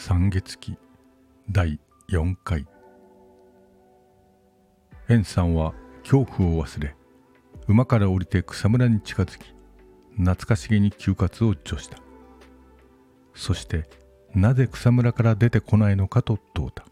三月期第4回。円さんは恐怖を忘れ、馬から降りて草むらに近づき、懐かしげに嗅活を助した。そしてなぜ草むらから出てこないのかと問うた。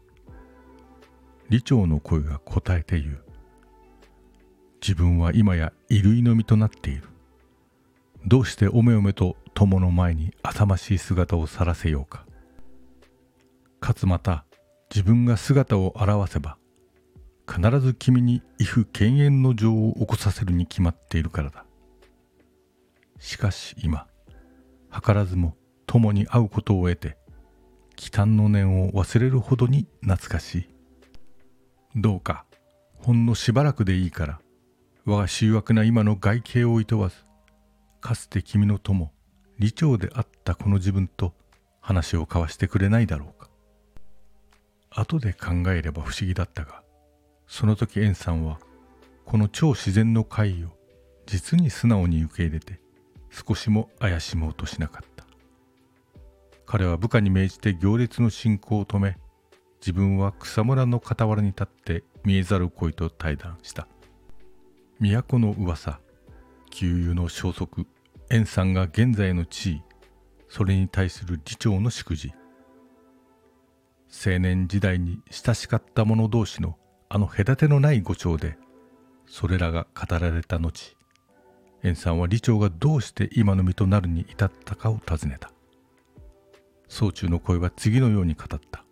李長の声が答えて言う。自分は今や衣類の身となっている。どうしておめおめと友の前に浅ましい姿を晒せようか。かつまた自分が姿を現せば必ず君に畏怖敬遠の情を起こさせるに決まっているからだ。しかし今図らずも友に会うことを得て忌憚の念を忘れるほどに懐かしい。どうかほんのしばらくでいいから我が醜悪な今の外形をいとわず、かつて君の友李長であったこの自分と話を交わしてくれないだろうか。後で考えれば不思議だったが、その時円さんはこの超自然の怪異を実に素直に受け入れて少しも怪しもうとしなかった。彼は部下に命じて行列の進行を止め、自分は草むらの傍らに立って見えざる恋と対談した。都の噂、旧友の消息、円さんが現在の地位、それに対する李長の祝辞。青年時代に親しかった者同士のあの隔てのない語調で、それらが語られた後、円さんは李長がどうして今の身となるに至ったかを尋ねた。宗中の声は次のように語った。